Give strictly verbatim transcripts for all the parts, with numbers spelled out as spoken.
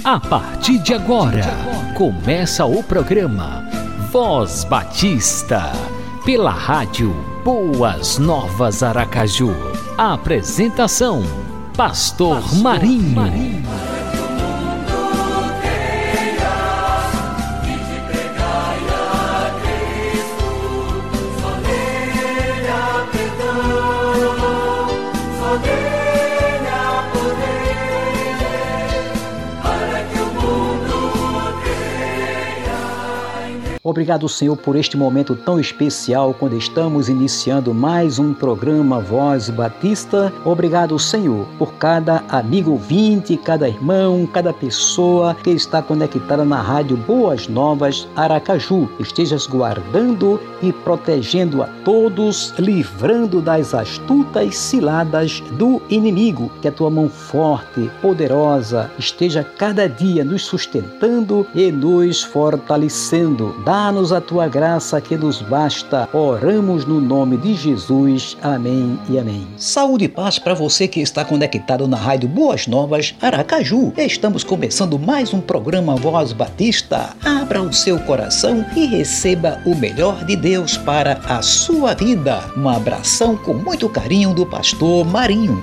A partir de agora, começa o programa Voz Batista, pela rádio Boas Novas Aracaju. A apresentação, Pastor, Pastor Marinho. Marinho. Obrigado, Senhor, por este momento tão especial, quando estamos iniciando mais um programa Voz Batista. Obrigado, Senhor, por cada amigo ouvinte, cada irmão, cada pessoa que está conectada na rádio Boas Novas Aracaju. Estejas guardando e protegendo a todos, livrando das astutas ciladas do inimigo. Que a tua mão forte, poderosa, esteja cada dia nos sustentando e nos fortalecendo. Dá-nos a tua graça que nos basta. Oramos no nome de Jesus. Amém e amém. Saúde e paz para você que está conectado na rádio Boas Novas Aracaju. Estamos começando mais um programa Voz Batista. Abra o seu coração e receba o melhor de Deus para a sua vida. Um abração com muito carinho do Pastor Marinho.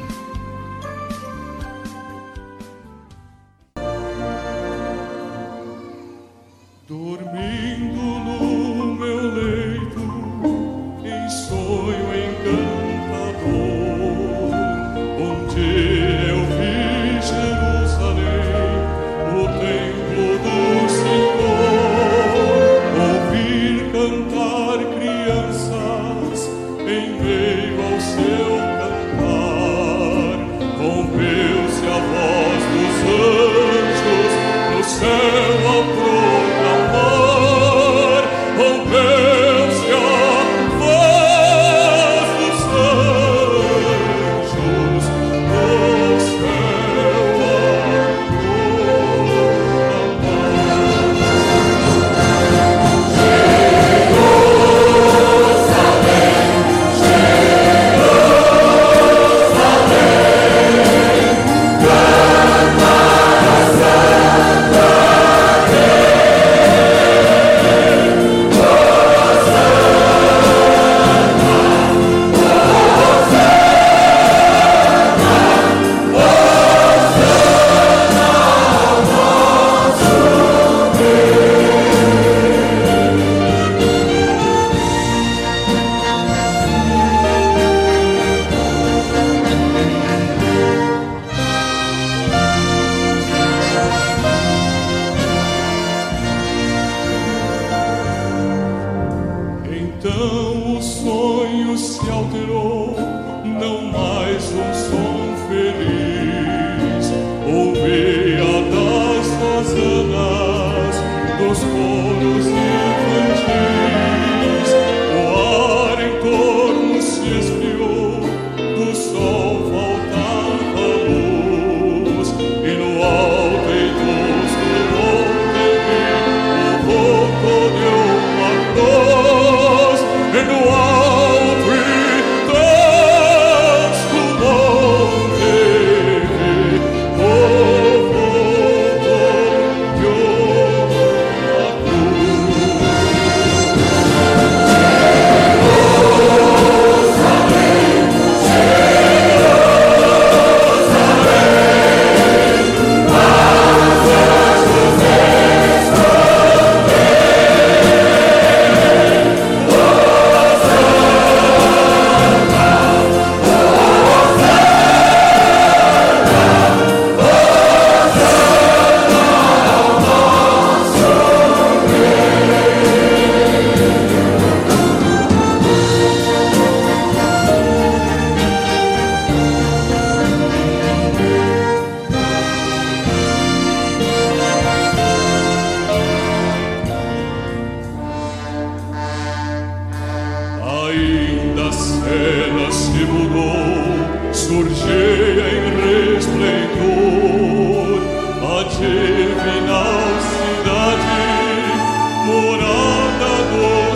Morada do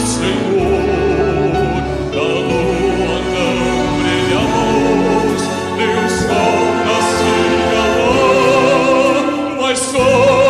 Senhor, da lua não brilha a luz, nem o sol nascia lá, mas só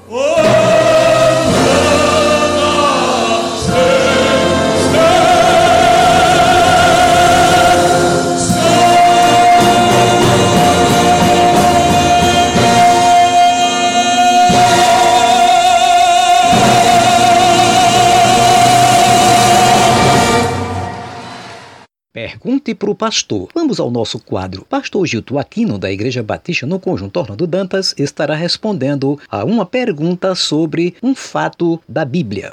Pergunte para o pastor. Vamos ao nosso quadro. Pastor Gilto Aquino, da Igreja Batista no Conjunto Orlando Dantas, estará respondendo a uma pergunta sobre um fato da Bíblia.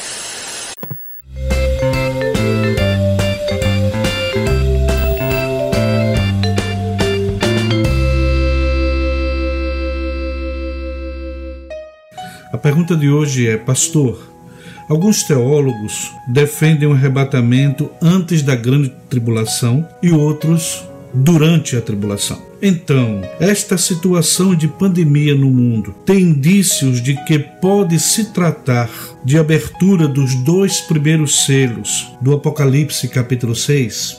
A pergunta de hoje é: pastor, alguns teólogos defendem o arrebatamento antes da grande tribulação e outros durante a tribulação. Então, esta situação de pandemia no mundo tem indícios de que pode se tratar de abertura dos dois primeiros selos do Apocalipse capítulo seis?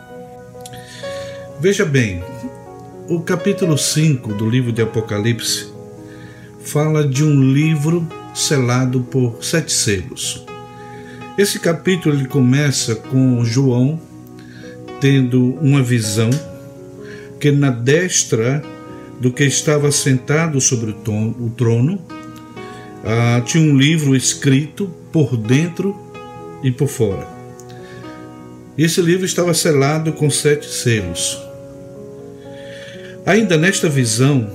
Veja bem, o capítulo cinco do livro de Apocalipse fala de um livro selado por sete selos. Esse capítulo ele começa com João tendo uma visão que na destra do que estava sentado sobre o trono ah, tinha um livro escrito por dentro e por fora. Esse livro estava selado com sete selos. Ainda nesta visão,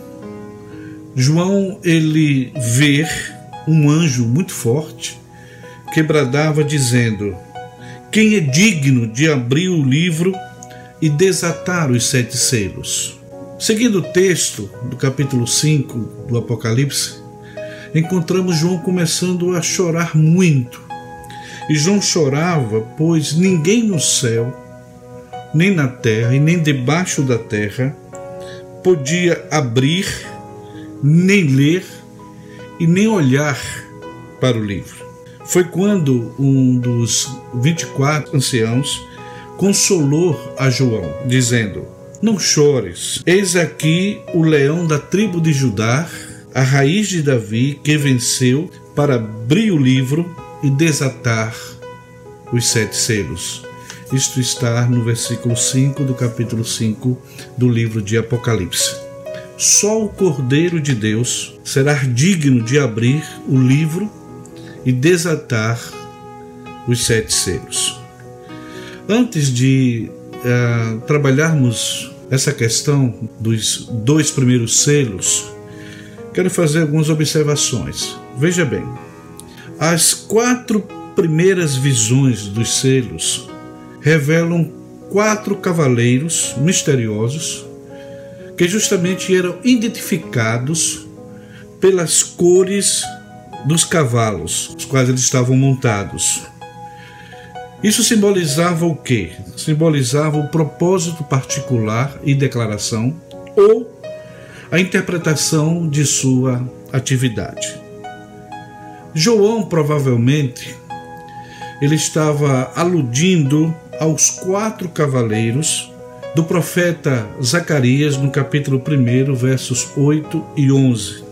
João ele vê um anjo muito forte que bradava dizendo: quem é digno de abrir o livro e desatar os sete selos? Seguindo o texto do capítulo cinco do Apocalipse, encontramos João começando a chorar muito. E João chorava, pois ninguém no céu, nem na terra e nem debaixo da terra podia abrir, nem ler e nem olhar para o livro. Foi quando um dos vinte e quatro anciãos consolou a João, dizendo: não chores, eis aqui o leão da tribo de Judá, a raiz de Davi, que venceu para abrir o livro e desatar os sete selos. Isto está no versículo cinco do capítulo cinco do livro de Apocalipse. Só o Cordeiro de Deus será digno de abrir o livro e desatar os sete selos. Antes de uh, trabalharmos essa questão dos dois primeiros selos, quero fazer algumas observações. Veja bem, as quatro primeiras visões dos selos revelam quatro cavaleiros misteriosos que justamente eram identificados pelas cores dos cavalos, os quais eles estavam montados. Isso simbolizava o quê? Simbolizava o propósito particular e declaração ou a interpretação de sua atividade. João, provavelmente, ele estava aludindo aos quatro cavaleiros do profeta Zacarias, no capítulo um, versos oito e onze.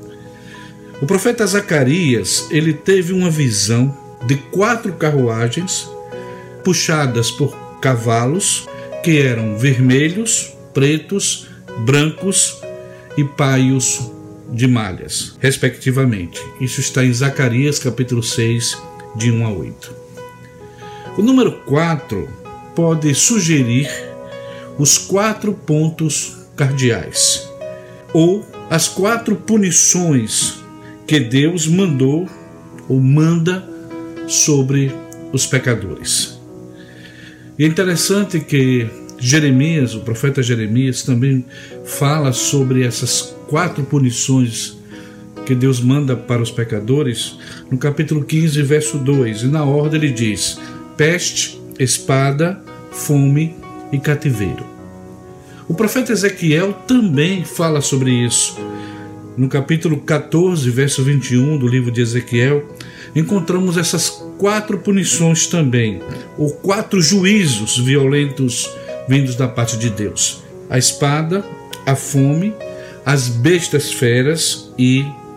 O profeta Zacarias, ele teve uma visão de quatro carruagens puxadas por cavalos que eram vermelhos, pretos, brancos e paios de malhas, respectivamente. Isso está em Zacarias, capítulo seis, de um a oito. O número quatro pode sugerir os quatro pontos cardeais, ou as quatro punições que Deus mandou ou manda sobre os pecadores. E é interessante que Jeremias, o profeta Jeremias, também fala sobre essas quatro punições que Deus manda para os pecadores, no capítulo quinze, verso dois, e na ordem ele diz: peste, espada, fome e cativeiro. O profeta Ezequiel também fala sobre isso. No capítulo quatorze, verso vinte e um do livro de Ezequiel, encontramos essas quatro punições também, ou quatro juízos violentos vindos da parte de Deus: a espada, a fome, as bestas feras e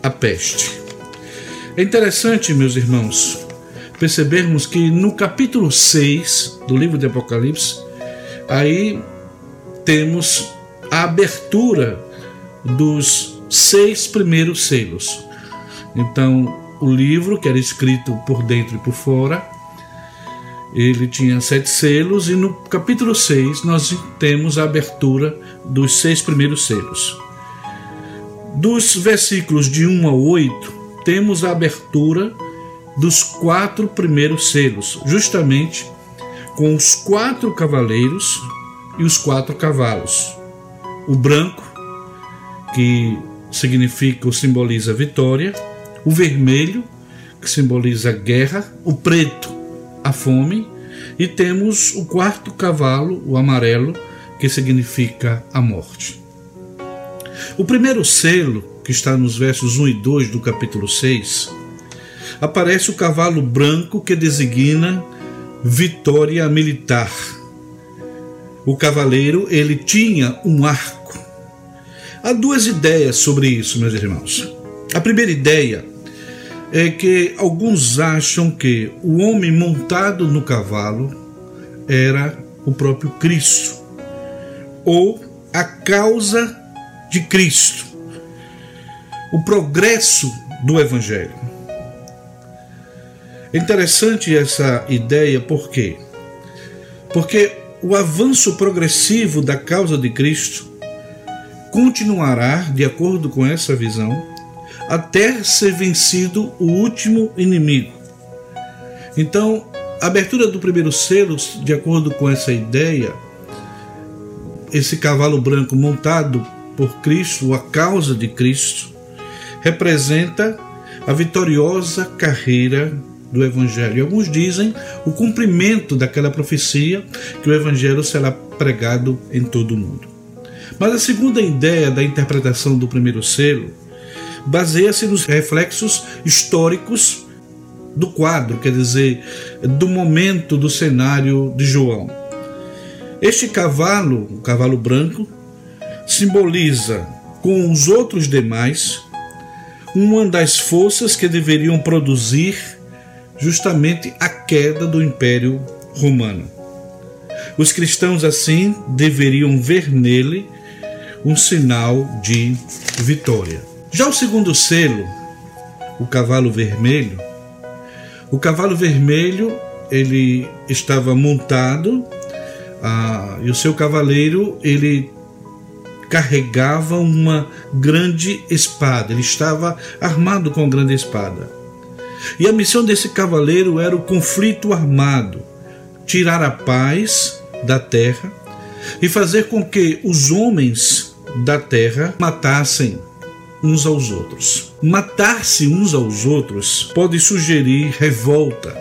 a peste. É interessante, meus irmãos, percebermos que no capítulo seis do livro de Apocalipse, aí temos a abertura dos seis primeiros selos. Então, o livro, que era escrito por dentro e por fora, ele tinha sete selos, e no capítulo seis nós temos a abertura dos seis primeiros selos. Dos versículos de um a oito, temos a abertura dos quatro primeiros selos, justamente com os quatro cavaleiros e os quatro cavalos. O branco, que significa ou simboliza vitória, o vermelho, que simboliza a guerra, o preto, a fome, e temos o quarto cavalo, o amarelo, que significa a morte. O primeiro selo, que está nos versos um e dois do capítulo seis, aparece o cavalo branco, que designa vitória militar. O cavaleiro, ele tinha um arco. Há duas ideias sobre isso, meus irmãos. A primeira ideia é que alguns acham que o homem montado no cavalo era o próprio Cristo, ou a causa de Cristo, o progresso do Evangelho. É interessante essa ideia, por quê? Porque o avanço progressivo da causa de Cristo continuará, de acordo com essa visão, até ser vencido o último inimigo. Então, a abertura do primeiro selo, de acordo com essa ideia, esse cavalo branco montado por Cristo, a causa de Cristo, representa a vitoriosa carreira do Evangelho. E alguns dizem o cumprimento daquela profecia que o Evangelho será pregado em todo o mundo. Mas a segunda ideia da interpretação do primeiro selo baseia-se nos reflexos históricos do quadro, quer dizer, do momento do cenário de João. Este cavalo, o cavalo branco, simboliza com os outros demais uma das forças que deveriam produzir justamente a queda do Império Romano. Os cristãos, assim, deveriam ver nele um sinal de vitória. Já o segundo selo, o cavalo vermelho, o cavalo vermelho, ele estava montado, ah, e o seu cavaleiro, ele carregava uma grande espada, ele estava armado com grande espada. E a missão desse cavaleiro era o conflito armado, tirar a paz da terra e fazer com que os homens da terra matassem uns aos outros. Matar-se uns aos outros pode sugerir revolta,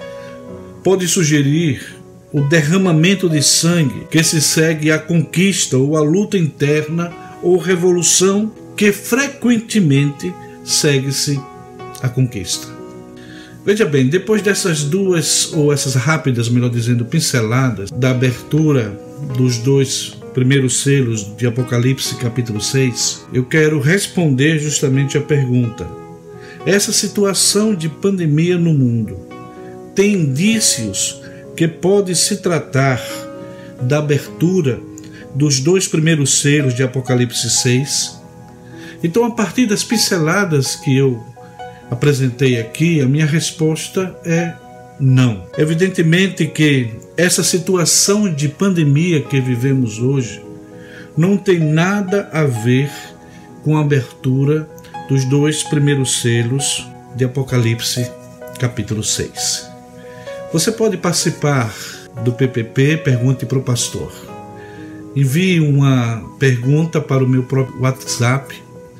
pode sugerir o derramamento de sangue que se segue à conquista ou à luta interna ou revolução que frequentemente segue-se à conquista. Veja bem, depois dessas duas, ou essas rápidas, melhor dizendo, pinceladas da abertura dos dois primeiros selos de Apocalipse capítulo seis, eu quero responder justamente a pergunta: essa situação de pandemia no mundo tem indícios que pode se tratar da abertura dos dois primeiros selos de Apocalipse seis? Então, a partir das pinceladas que eu apresentei aqui, a minha resposta é não. Evidentemente que essa situação de pandemia que vivemos hoje não tem nada a ver com a abertura dos dois primeiros selos de Apocalipse capítulo seis. Você pode participar do P P P, pergunte para o pastor. Envie uma pergunta para o meu próprio WhatsApp,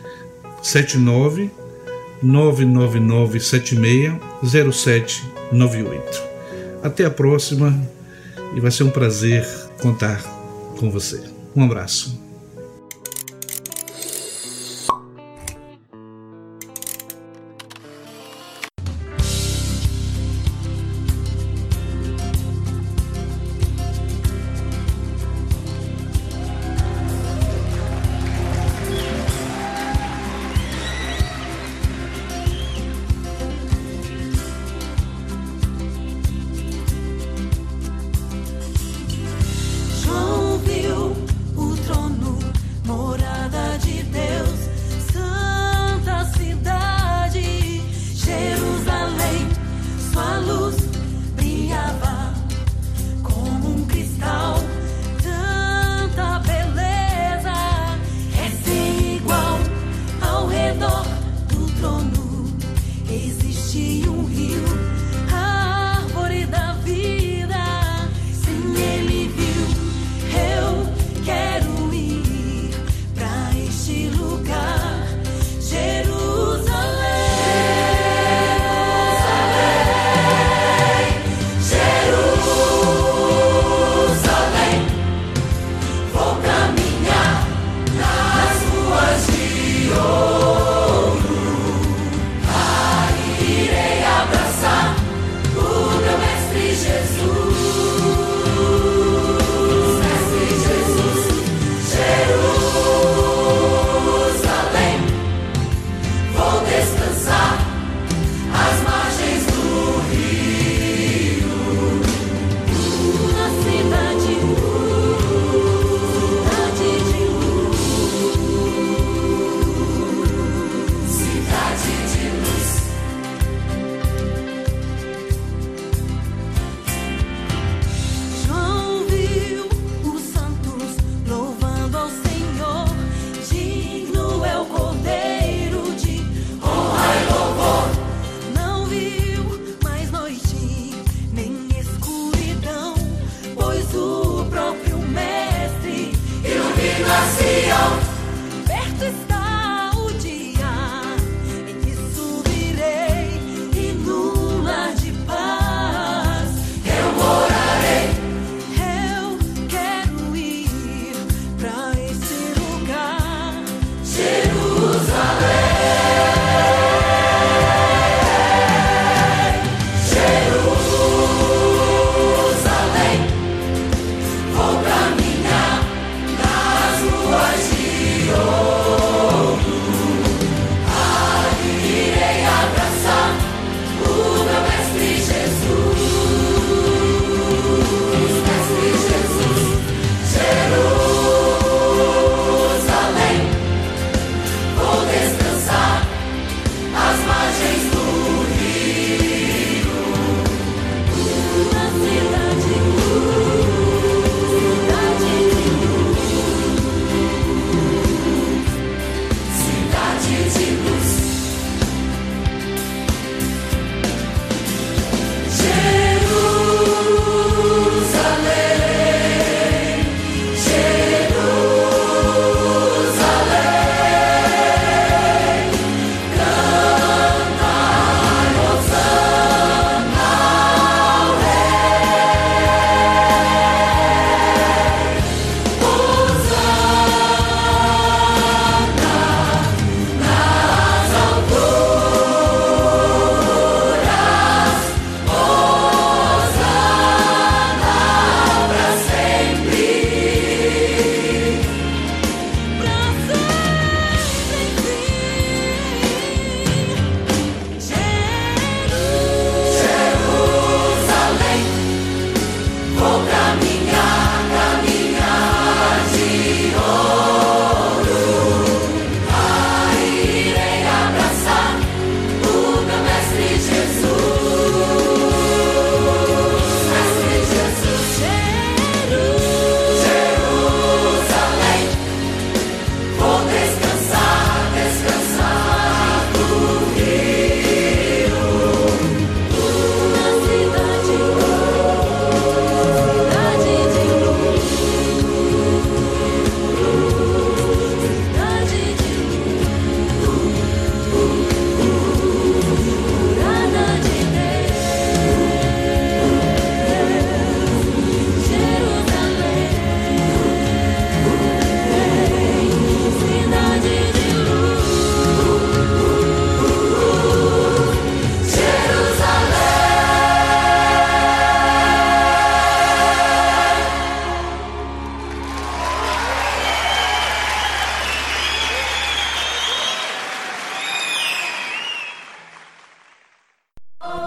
sete nove nove nove nove sete seis zero sete nove oito. Até a próxima, e vai ser um prazer contar com você. Um abraço.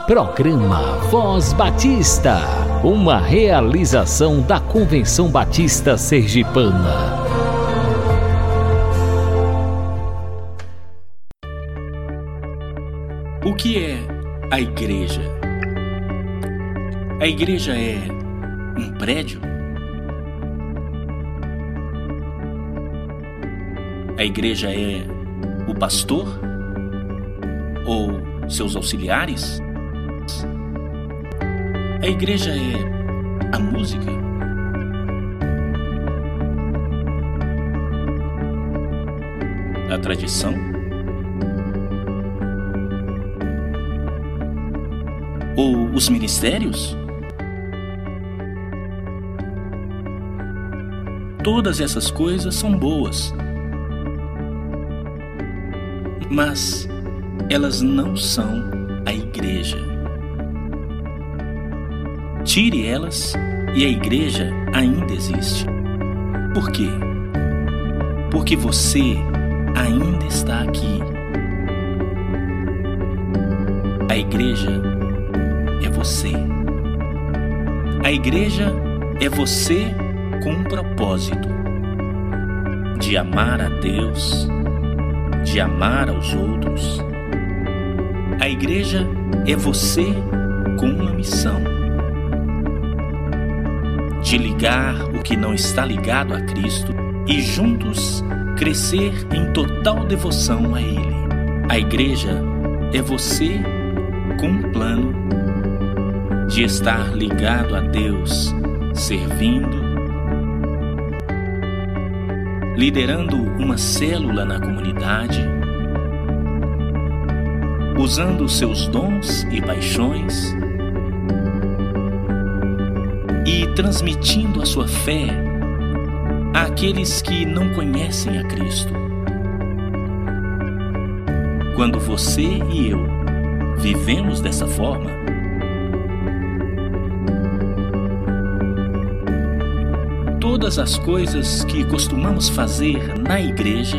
Programa Voz Batista, uma realização da Convenção Batista Sergipana. O que é a igreja? A igreja é um prédio? A igreja é o pastor? Ou seus auxiliares? A igreja é a música? A tradição? Ou os ministérios? Todas essas coisas são boas, mas elas não são a igreja. Tire elas e a igreja ainda existe. Por quê? Porque você ainda está aqui. A igreja é você. A igreja é você com um propósito de amar a Deus, de amar aos outros. A igreja é você com uma missão de ligar o que não está ligado a Cristo e juntos crescer em total devoção a Ele. A igreja é você com um plano de estar ligado a Deus, servindo, liderando uma célula na comunidade, usando seus dons e paixões e transmitindo a sua fé àqueles que não conhecem a Cristo. Quando você e eu vivemos dessa forma, todas as coisas que costumamos fazer na igreja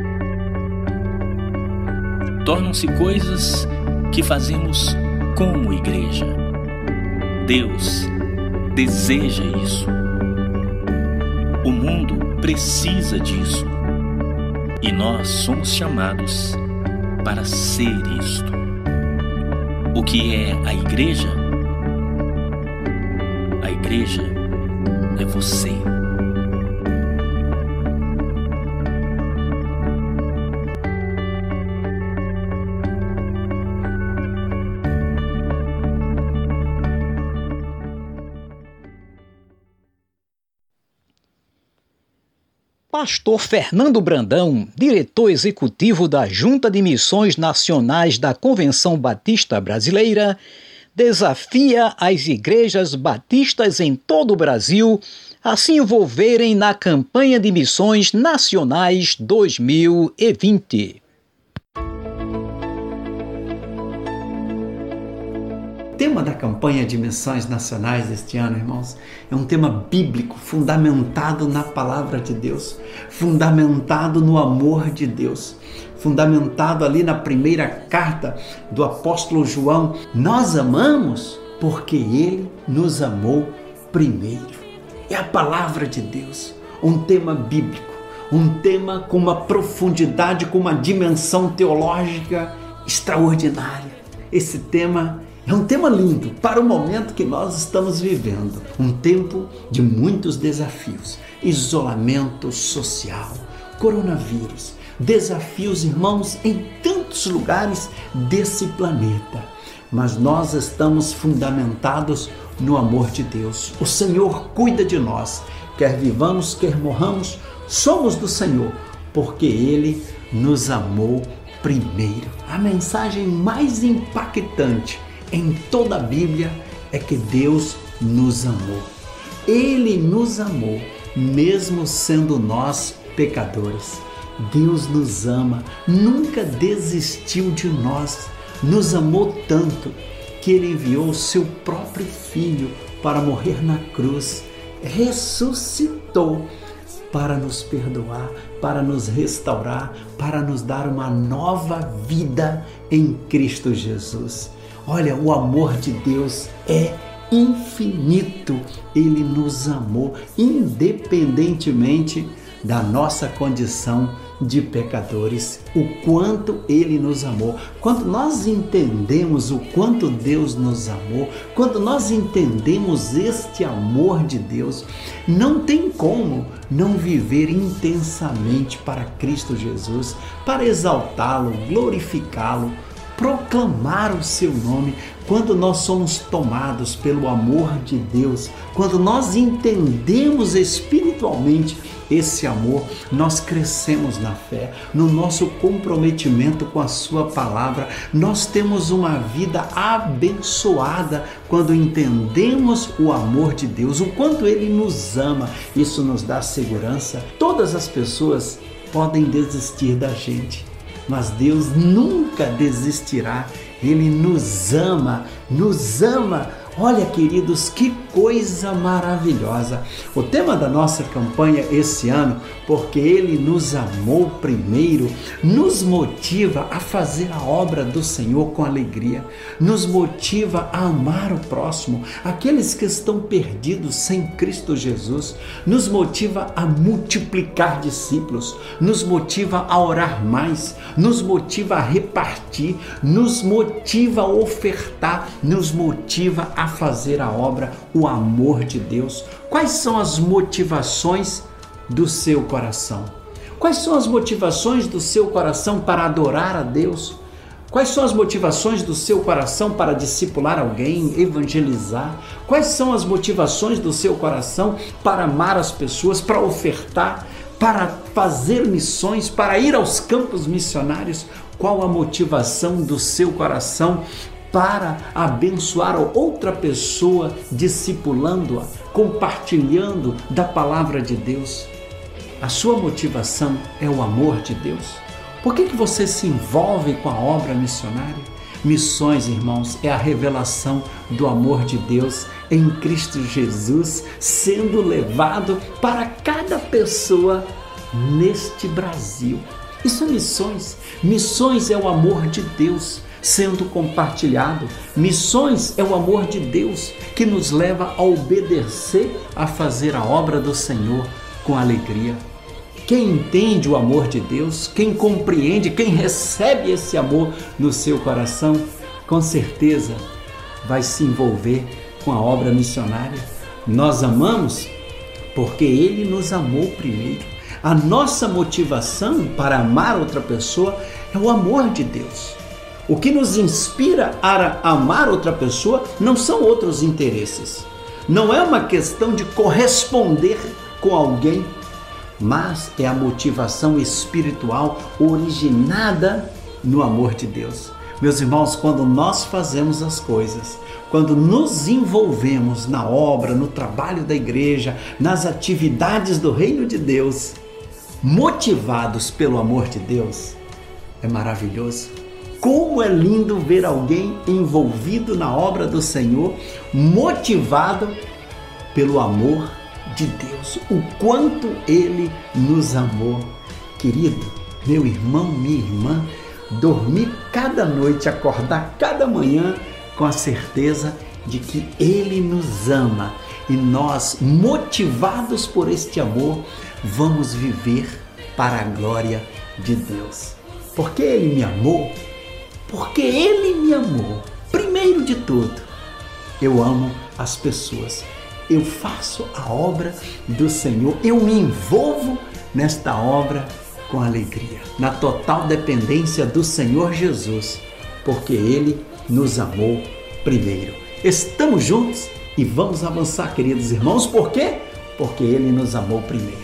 tornam-se coisas que fazemos como igreja. Deus deseja isso. O mundo precisa disso. E nós somos chamados para ser isto. O que é a igreja? A igreja é você. Pastor Fernando Brandão, diretor executivo da Junta de Missões Nacionais da Convenção Batista Brasileira, desafia as igrejas batistas em todo o Brasil a se envolverem na campanha de missões nacionais dois mil e vinte. O tema da campanha de missões nacionais deste ano, irmãos, é um tema bíblico, fundamentado na palavra de Deus, fundamentado no amor de Deus, fundamentado ali na primeira carta do apóstolo João. Nós amamos porque Ele nos amou primeiro. É a palavra de Deus, um tema bíblico, um tema com uma profundidade, com uma dimensão teológica extraordinária. Esse tema é um tema lindo para o momento que nós estamos vivendo. Um tempo de muitos desafios. Isolamento social, coronavírus, desafios, irmãos, em tantos lugares desse planeta. Mas nós estamos fundamentados no amor de Deus. O Senhor cuida de nós. Quer vivamos, quer morramos, somos do Senhor, porque Ele nos amou primeiro. A mensagem mais impactante em toda a Bíblia é que Deus nos amou. Ele nos amou, mesmo sendo nós pecadores. Deus nos ama, nunca desistiu de nós. Nos amou tanto que Ele enviou o seu próprio Filho para morrer na cruz. Ressuscitou para nos perdoar, para nos restaurar, para nos dar uma nova vida em Cristo Jesus. Olha, o amor de Deus é infinito. Ele nos amou independentemente da nossa condição de pecadores. O quanto Ele nos amou. Quando nós entendemos o quanto Deus nos amou, quando nós entendemos este amor de Deus, não tem como não viver intensamente para Cristo Jesus, para exaltá-lo, glorificá-lo, proclamar o seu nome. Quando nós somos tomados pelo amor de Deus, quando nós entendemos espiritualmente esse amor, nós crescemos na fé, no nosso comprometimento com a sua palavra. Nós temos uma vida abençoada quando entendemos o amor de Deus, o quanto Ele nos ama. Isso nos dá segurança. Todas as pessoas podem desistir da gente, mas Deus nunca desistirá. Ele nos ama, nos ama. Olha, queridos, que coisa maravilhosa. O tema da nossa campanha esse ano, porque Ele nos amou primeiro, nos motiva a fazer a obra do Senhor com alegria, nos motiva a amar o próximo, aqueles que estão perdidos sem Cristo Jesus, nos motiva a multiplicar discípulos, nos motiva a orar mais, nos motiva a repartir, nos motiva a ofertar, nos motiva a fazer a obra, o amor de Deus. Quais são as motivações do seu coração? Quais são as motivações do seu coração para adorar a Deus? Quais são as motivações do seu coração para discipular alguém, evangelizar? Quais são as motivações do seu coração para amar as pessoas, para ofertar, para fazer missões, para ir aos campos missionários? Qual a motivação do seu coração para abençoar outra pessoa, discipulando-a, compartilhando da palavra de Deus? A sua motivação é o amor de Deus? Por que que você se envolve com a obra missionária? Missões, irmãos, é a revelação do amor de Deus em Cristo Jesus, sendo levado para cada pessoa neste Brasil. Isso é missões. Missões é o amor de Deus sendo compartilhado. Missões é o amor de Deus que nos leva a obedecer, a fazer a obra do Senhor com alegria. Quem entende o amor de Deus, quem compreende, quem recebe esse amor no seu coração, com certeza vai se envolver com a obra missionária. Nós amamos porque Ele nos amou primeiro. A nossa motivação para amar outra pessoa é o amor de Deus. O que nos inspira a amar outra pessoa não são outros interesses. Não é uma questão de corresponder com alguém, mas é a motivação espiritual originada no amor de Deus. Meus irmãos, quando nós fazemos as coisas, quando nos envolvemos na obra, no trabalho da igreja, nas atividades do reino de Deus, motivados pelo amor de Deus, é maravilhoso. Como é lindo ver alguém envolvido na obra do Senhor, motivado pelo amor de Deus, o quanto Ele nos amou. Querido, meu irmão, minha irmã, dormir cada noite, acordar cada manhã com a certeza de que Ele nos ama e nós, motivados por este amor, vamos viver para a glória de Deus. Porque Ele me amou, porque Ele me amou, primeiro de tudo, eu amo as pessoas. Eu faço a obra do Senhor, eu me envolvo nesta obra com alegria, na total dependência do Senhor Jesus, porque Ele nos amou primeiro. Estamos juntos e vamos avançar, queridos irmãos, por quê? Porque Ele nos amou primeiro.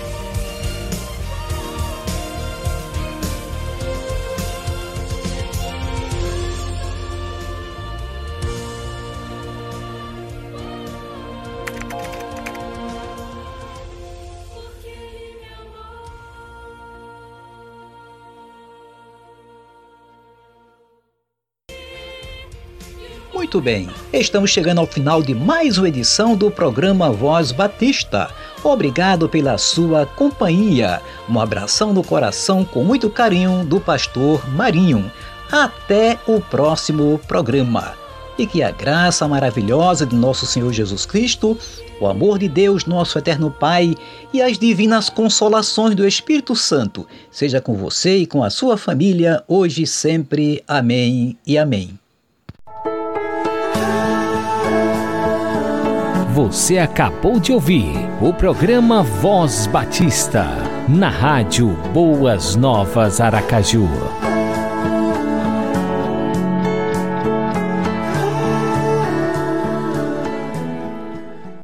Muito bem, estamos chegando ao final de mais uma edição do programa Voz Batista. Obrigado pela sua companhia. Um abração no coração com muito carinho do pastor Marinho. Até o próximo programa. E que a graça maravilhosa de nosso Senhor Jesus Cristo, o amor de Deus, nosso eterno Pai, e as divinas consolações do Espírito Santo seja com você e com a sua família, hoje e sempre. Amém e amém. Você acabou de ouvir o programa Voz Batista, na rádio Boas Novas Aracaju.